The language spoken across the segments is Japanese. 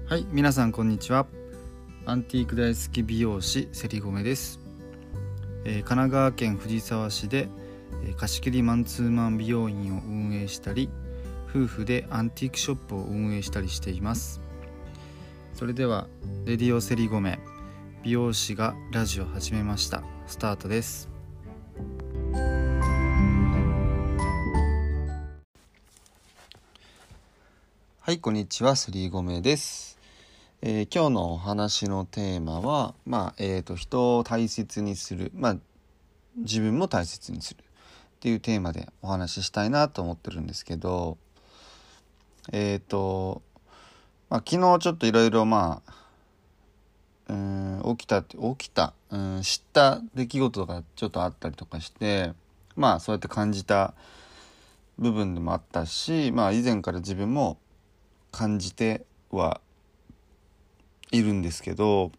はい、皆さんこんにちは。アンティーク大好き美容師せりごめです。神奈川県藤沢市で、貸し切りマンツーマン美容院を運営したり、夫婦でアンティークショップを運営したりしています。それではレディオせりごめ美容師がラジオ始めました。スタートです。はい、こんにちは、せりごめです。今日のお話のテーマは、人を大切にする、自分も大切にするっていうテーマでお話ししたいなと思ってるんですけど、昨日ちょっといろいろ知った出来事がちょっとあったりとかして、そうやって感じた部分でもあったし、以前から自分も感じてはいるんですけど、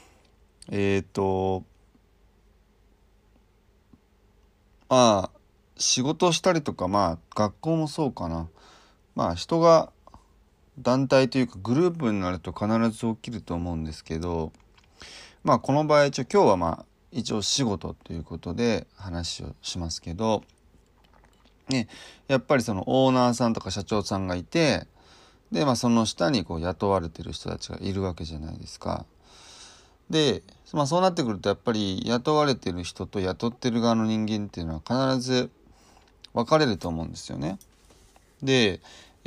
仕事したりとか、学校もそうかな。人が団体というかグループになると必ず起きると思うんですけど、この場合今日は一応仕事ということで話をしますけど、やっぱりそのオーナーさんとか社長さんがいて、でその下に雇われてる人たちがいるわけじゃないですか。で、そうなってくるとやっぱり雇われてる人と雇ってる側の人間っていうのは必ず分かれると思うんですよね。で、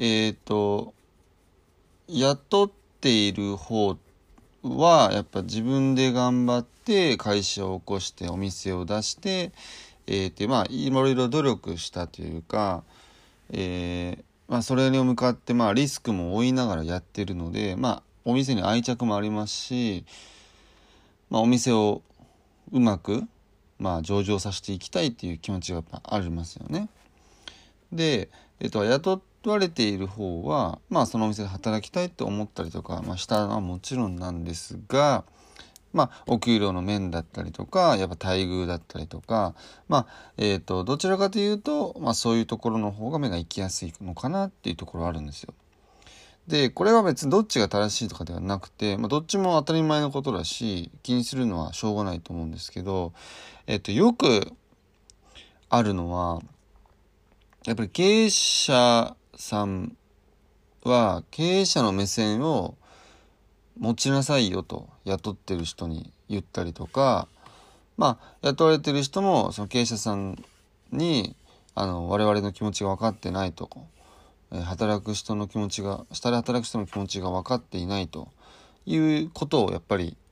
雇っている方はやっぱ自分で頑張って会社を起こしてお店を出して、いろいろ努力したというか、それに向かってリスクも負いながらやってるので、お店に愛着もありますし、お店をうまく上場させていきたいっていう気持ちがやっぱありますよね。で、雇われている方はそのお店で働きたいと思ったりとか、したのはもちろんなんですが、お給料の面だったりとかやっぱ待遇だったりとか、どちらかというと、そういうところの方が目が行きやすいのかなっていうところはあるんですよ。でこれは別にどっちが正しいとかではなくて、どっちも当たり前のことだし気にするのはしょうがないと思うんですけど、よくあるのはやっぱり経営者さんは経営者の目線を持ちなさいよと雇ってる人に言ったりとか、雇われてる人もその経営者さんに我々の気持ちが分かってないと、働く人の気持ちが下で働く人の気持ちが分かっていないということをやっぱり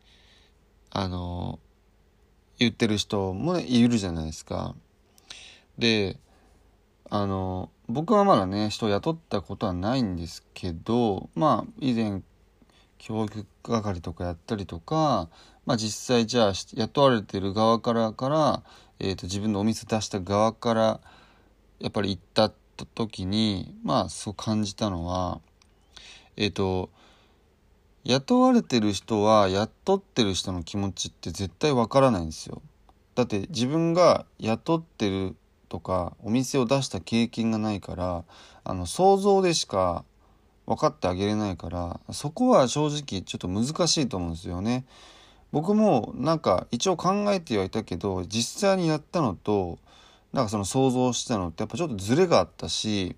言ってる人もいるじゃないですか。で僕はまだね人を雇ったことはないんですけど、以前教育係とかやったりとか、実際じゃあ雇われてる側から自分のお店出した側からやっぱり行った時にそう感じたのは、雇われてる人は雇ってる人の気持ちって絶対わからないんですよ。だって自分が雇ってるとかお店を出した経験がないから想像でしか分かってあげれないから、そこは正直ちょっと難しいと思うんですよね。僕も一応考えてはいたけど実際にやったのとその想像したのってやっぱちょっとズレがあったし、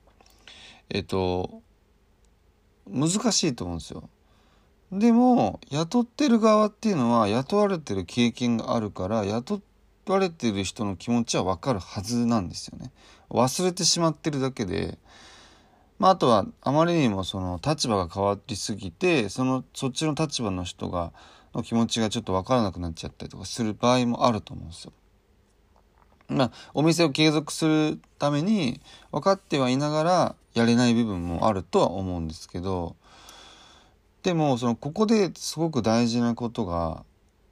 難しいと思うんですよ。でも雇ってる側っていうのは雇われてる経験があるから雇われてる人の気持ちは分かるはずなんですよね。忘れてしまってるだけで、あとはあまりにもその立場が変わりすぎてそっちの立場の人の気持ちがちょっと分からなくなっちゃったりとかする場合もあると思うんですよ。お店を継続するために分かってはいながらやれない部分もあるとは思うんですけど、でもここですごく大事なことが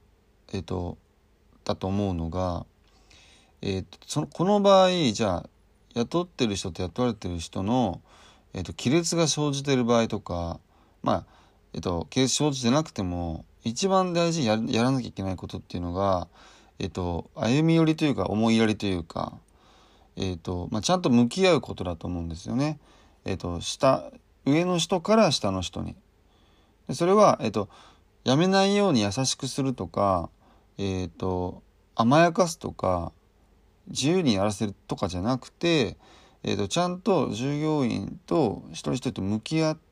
だと思うのが、この場合じゃあ雇ってる人と雇われてる人の亀裂が生じてる場合とか、亀裂生じてなくても一番大事にやらなきゃいけないことっていうのが、歩み寄りというか思いやりというか、ちゃんと向き合うことだと思うんですよね。上の人から下の人に。 でそれは、やめないように優しくするとか、甘やかすとか、自由にやらせるとかじゃなくて、ちゃんと従業員と一人一人と向き合って、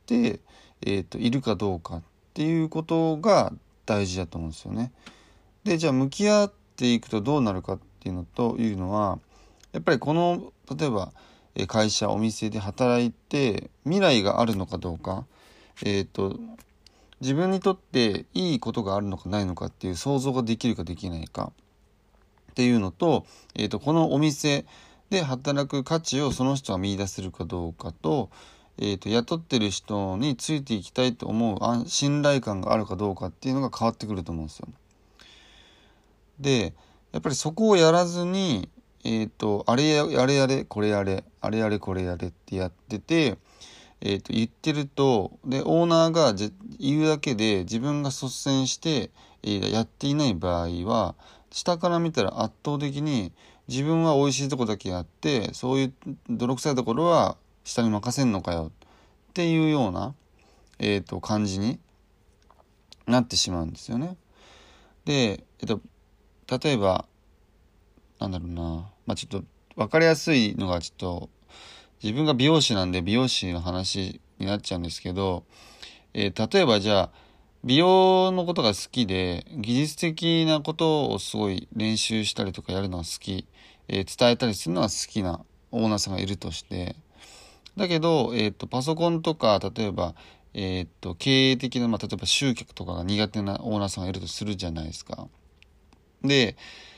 いるかどうかっていうことが大事だと思うんですよね。で、じゃあ向き合っていくとどうなるかっていうのは、やっぱりこの例えば会社お店で働いて未来があるのかどうか、自分にとっていいことがあるのかないのかっていう想像ができるかできないかっていうのと、このお店で働く価値をその人が見出せるかどうかと、雇ってる人についていきたいと思う信頼感があるかどうかっていうのが変わってくると思うんですよ。で、やっぱりそこをやらずに、あれやれこれやれあれやれこれやれってやってて、言ってると、でオーナーが言うだけで自分が率先して、やっていない場合は、下から見たら圧倒的に自分は美味しいとこだけやって、そういう泥臭いところは下に任せんのかよっていうような、感じになってしまうんですよね。で、例えばなんだろうな、ちょっと分かりやすいのが、ちょっと自分が美容師なんで美容師の話になっちゃうんですけど、例えばじゃあ美容のことが好きで技術的なことをすごい練習したりとかやるのが好き、伝えたりするのが好きなオーナーさんがいるとして、だけど、パソコンとか例えば、経営的な、例えば集客とかが苦手なオーナーさんがいるとするじゃないですか。で、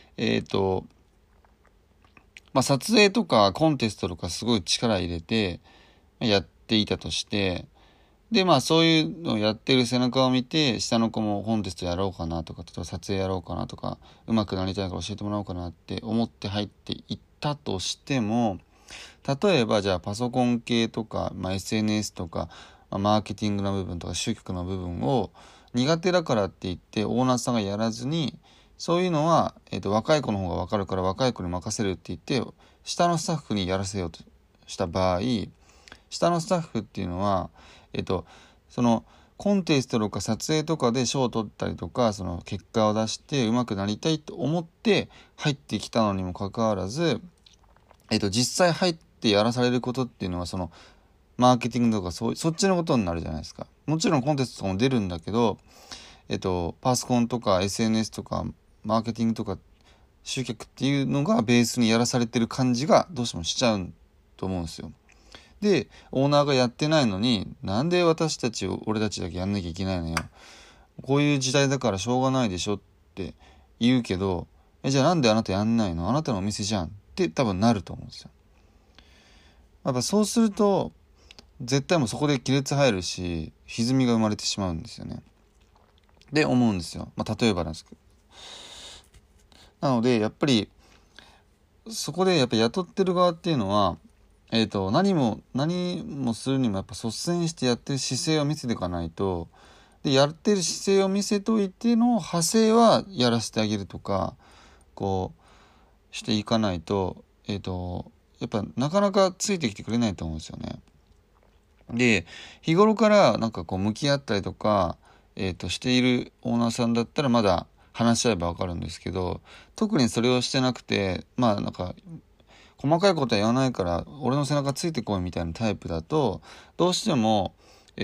撮影とかコンテストとかすごい力入れてやっていたとして、で、そういうのをやってる背中を見て、下の子もコンテストやろうかなとか、例えば撮影やろうかなとか、上手くなりたいから教えてもらおうかなって思って入っていったとしても、例えばじゃあパソコン系とか、SNS とか、マーケティングの部分とか集客の部分を苦手だからって言ってオーナーさんがやらずに、そういうのは、若い子の方が分かるから若い子に任せるって言って下のスタッフにやらせようとした場合、下のスタッフっていうのは、そのコンテストとか撮影とかで賞を取ったりとか、その結果を出して上手くなりたいと思って入ってきたのにもかかわらず、実際入ってやらされることっていうのは、そのマーケティングとかそっちのことになるじゃないですか。もちろんコンテストとかも出るんだけど、パソコンとか SNS とかマーケティングとか集客っていうのがベースにやらされてる感じがどうしてもしちゃうと思うんですよ。で、オーナーがやってないのに、なんで俺たちだけやんなきゃいけないのよ。こういう時代だからしょうがないでしょって言うけど、じゃあなんであなたやんないの？あなたのお店じゃんって多分なると思うんですよ。やっぱそうすると、絶対もうそこで亀裂入るし、歪みが生まれてしまうんですよね。で、思うんですよ。例えばなんですけど。なので、やっぱり、そこでやっぱ雇ってる側っていうのは、何もするにもやっぱ率先してやってる姿勢を見せていかないと、で、やってる姿勢を見せといての派生はやらせてあげるとか、こう、していかないと、やっぱなかなかついてきてくれないと思うんですよね。で、日頃から向き合ったりとか、しているオーナーさんだったらまだ話し合えばわかるんですけど、特にそれをしてなくて、細かいことは言わないから俺の背中ついてこいみたいなタイプだと、どうしても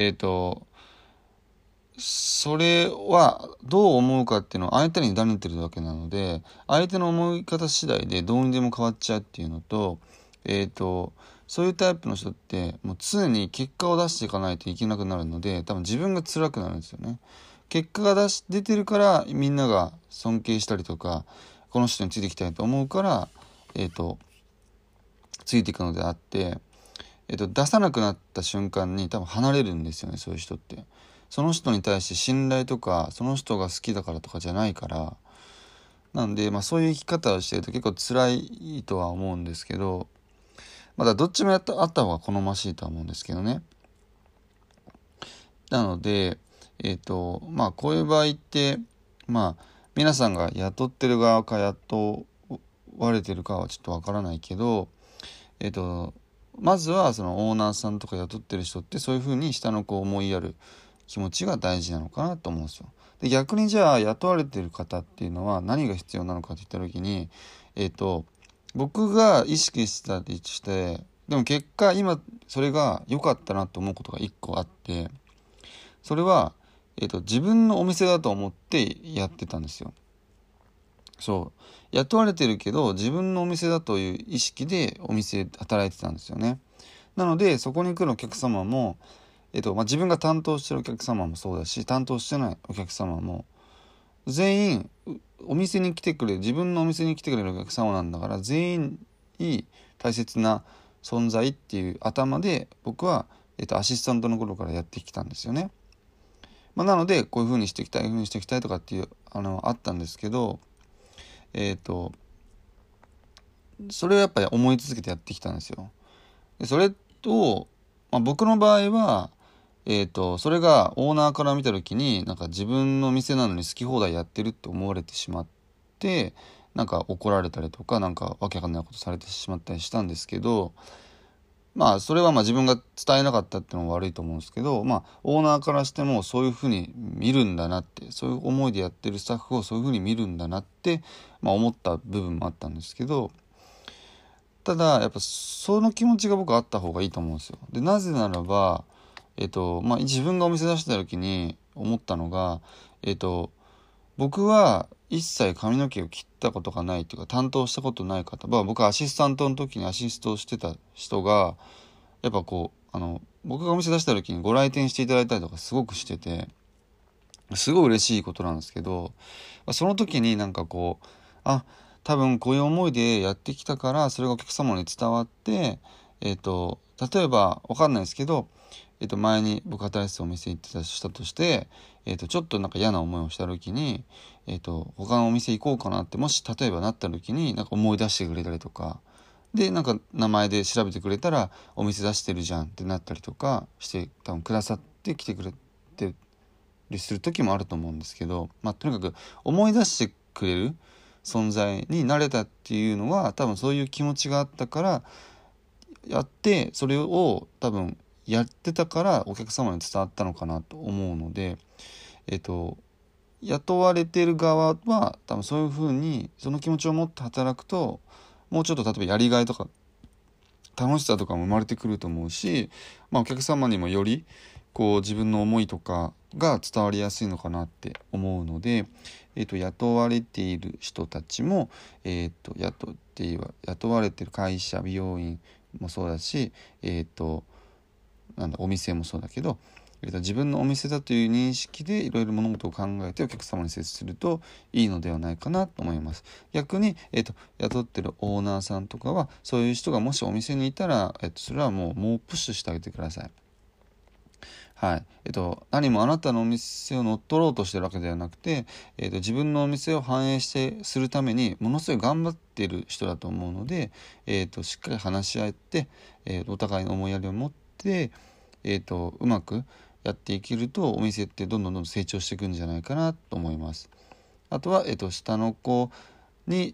それはどう思うかっていうのは相手に委ねてるわけなので、相手の思い方次第でどうにでも変わっちゃうっていうのと、そういうタイプの人ってもう常に結果を出していかないといけなくなるので、多分自分が辛くなるんですよね。結果が出てるからみんなが尊敬したりとか、この人についていきたいと思うから、ついていくのであって、出さなくなった瞬間に多分離れるんですよね、そういう人って。その人に対して信頼とか、その人が好きだからとかじゃないから。なんで、そういう生き方をしてると結構辛いとは思うんですけど、まだどっちもあった方が好ましいとは思うんですけどね。なので、こういう場合って、皆さんが雇ってる側か雇われてるかはちょっとわからないけど、まずはそのオーナーさんとか雇ってる人ってそういう風に下の子を思いやる気持ちが大事なのかなと思うんですよ。で逆にじゃあ雇われてる方っていうのは何が必要なのかといった時に、僕が意識したりしてでも結果今それが良かったなと思うことが一個あって、それは、自分のお店だと思ってやってたんですよ。そう雇われてるけど自分のお店だという意識でお店で働いてたんですよね。なのでそこに来るお客様も、自分が担当してるお客様もそうだし担当してないお客様も全員お店に来てくれる自分のお店に来てくれるお客様なんだから全員いい大切な存在っていう頭で僕は、アシスタントの頃からやってきたんですよね。なのでこういう風にしていきたい、こういう風にしていきたいとかっていうあったんですけど、それをやっぱり思い続けてやってきたんですよ。でそれを、僕の場合は、それがオーナーから見た時になんか自分の店なのに好き放題やってるって思われてしまってなんか怒られたりとかなんかわけわかんないことされてしまったりしたんですけど、それは自分が伝えなかったっていうのは悪いと思うんですけど、オーナーからしてもそういうふうに見るんだなって、そういう思いでやってるスタッフをそういうふうに見るんだなって、思った部分もあったんですけど、ただやっぱその気持ちが僕あった方がいいと思うんですよ。でなぜならば、自分がお店出した時に思ったのが、僕は一切髪の毛を切ったことがないというか担当したことない方、僕はアシスタントの時にアシストをしてた人がやっぱ僕がお店出した時にご来店していただいたりとかすごくしててすごい嬉しいことなんですけど、その時になんか多分こういう思いでやってきたからそれがお客様に伝わって、例えばわかんないですけど、前に僕働いてたお店行ってたしたとして、ちょっとなんか嫌な思いをした時に、他のお店行こうかなってもし例えばなった時になんか思い出してくれたりとかでなんか名前で調べてくれたらお店出してるじゃんってなったりとかして多分くださって来てくれてりする時もあると思うんですけど、とにかく思い出してくれる存在になれたっていうのは多分そういう気持ちがあったからやってそれを多分やってたからお客様に伝わったのかなと思うので、雇われてる側は多分そういうふうにその気持ちを持って働くともうちょっと例えばやりがいとか楽しさとかも生まれてくると思うし、お客様にもより自分の思いとかが伝わりやすいのかなって思うので、雇われている人たちも、雇われてる会社美容院もそうだし、お店もそうだけど、自分のお店だという認識でいろいろ物事を考えてお客様に接するといいのではないかなと思います。逆に、雇ってるオーナーさんとかはそういう人がもしお店にいたら、それはもうプッシュしてあげてください。はい。何もあなたのお店を乗っ取ろうとしてるわけではなくて、自分のお店を反映するためにものすごい頑張っている人だと思うので、しっかり話し合って、お互いの思いやりを持って、うまくやっていけるとお店ってどんどん成長していくんじゃないかなと思います。あとは、下の子に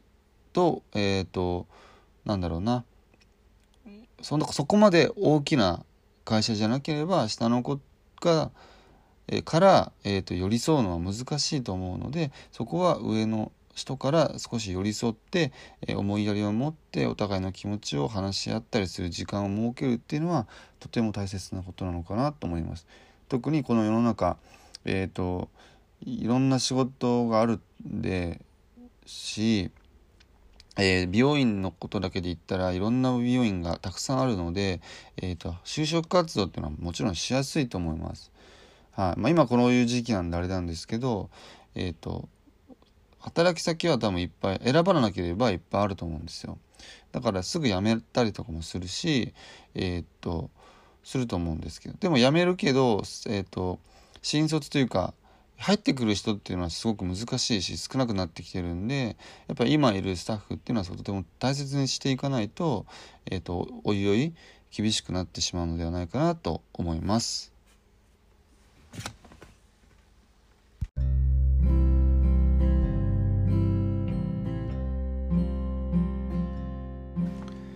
なんだろうな、そこまで大きな会社じゃなければ下の子がから、寄り添うのは難しいと思うのでそこは上の人から少し寄り添って、思いやりを持ってお互いの気持ちを話し合ったりする時間を設けるっていうのはとても大切なことなのかなと思います。特にこの世の中、いろんな仕事があるんでし、美容院のことだけで言ったらいろんな美容院がたくさんあるので、就職活動っていうのはもちろんしやすいと思います。はい。今こういう時期なんであれなんですけど、働き先は多分いっぱい選ばなければいっぱいあると思うんですよ。だからすぐ辞めたりとかもするし、すると思うんですけど、でも辞めるけど、新卒というか入ってくる人っていうのはすごく難しいし少なくなってきてるんで、やっぱり今いるスタッフっていうのはとても大切にしていかないと、おいおい厳しくなってしまうのではないかなと思います。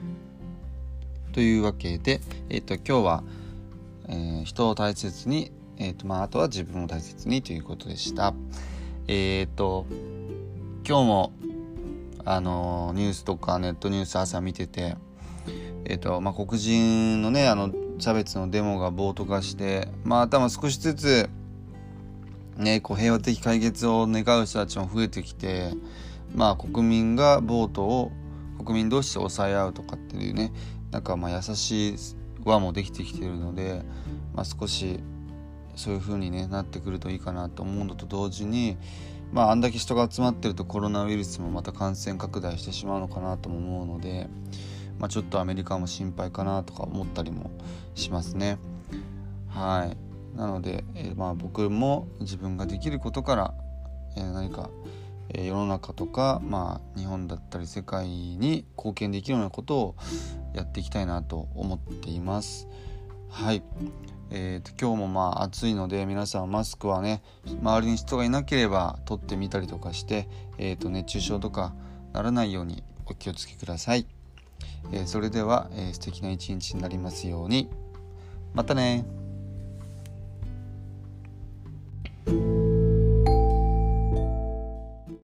というわけで、今日は、人を大切に、 あとは自分を大切にということでした。今日もニュースとかネットニュース朝見てて、黒人のね差別のデモが暴徒化して、多分少しずつね平和的解決を願う人たちも増えてきて、国民が暴徒を国民同士で抑え合うとかっていうね、優しい輪もできてきているので、少しそういう風にねなってくるといいかなと思うのと同時に、あんだけ人が集まってるとコロナウイルスもまた感染拡大してしまうのかなとも思うので、ちょっとアメリカも心配かなとか思ったりもしますね。はい。なので、僕も自分ができることから、何か、世の中とか、日本だったり世界に貢献できるようなことをやっていきたいなと思っています。はい。今日も暑いので皆さんマスクはね周りに人がいなければ取ってみたりとかして、熱中症とかならないようにお気をつけください。それでは、素敵な一日になりますように。またね。